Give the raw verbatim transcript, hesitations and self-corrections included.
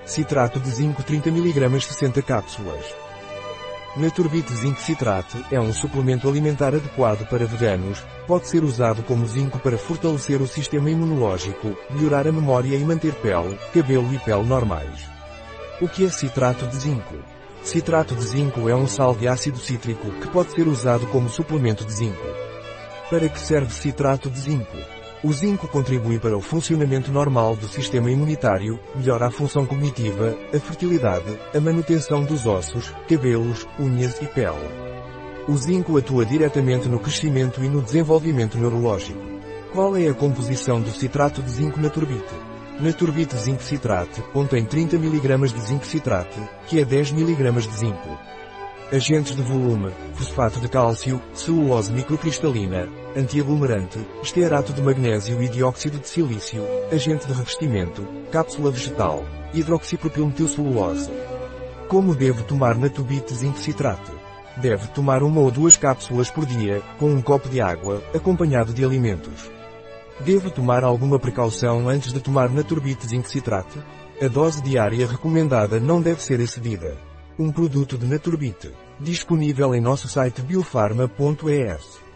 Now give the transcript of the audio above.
Citrato de zinco trinta miligramas sessenta cápsulas. Naturbit Zinc Citrate é um suplemento alimentar adequado para veganos. Pode ser usado como zinco para fortalecer o sistema imunológico, melhorar a memória e manter pele, cabelo e pele normais. O que é citrato de zinco? Citrato de zinco é um sal de ácido cítrico que pode ser usado como suplemento de zinco. Para que serve citrato de zinco? O zinco contribui para o funcionamento normal do sistema imunitário, melhora a função cognitiva, a fertilidade, a manutenção dos ossos, cabelos, unhas e pele. O zinco atua diretamente no crescimento e no desenvolvimento neurológico. Qual é a composição do citrato de zinco Naturbit? Naturbit Zinc Citrate contém trinta miligramas de zinco citrate, que é dez miligramas de zinco. Agentes de volume, fosfato de cálcio, celulose microcristalina, antiaglomerante, estearato de magnésio e dióxido de silício, agente de revestimento, cápsula vegetal, hidroxipropilmetilcelulose. Como devo tomar Naturbit Zinc Citrate? Deve tomar uma ou duas cápsulas por dia, com um copo de água, acompanhado de alimentos. Devo tomar alguma precaução antes de tomar Naturbit Zinc Citrate? A dose diária recomendada não deve ser excedida. Um produto de Naturbit, disponível em nosso site biofarma ponto es.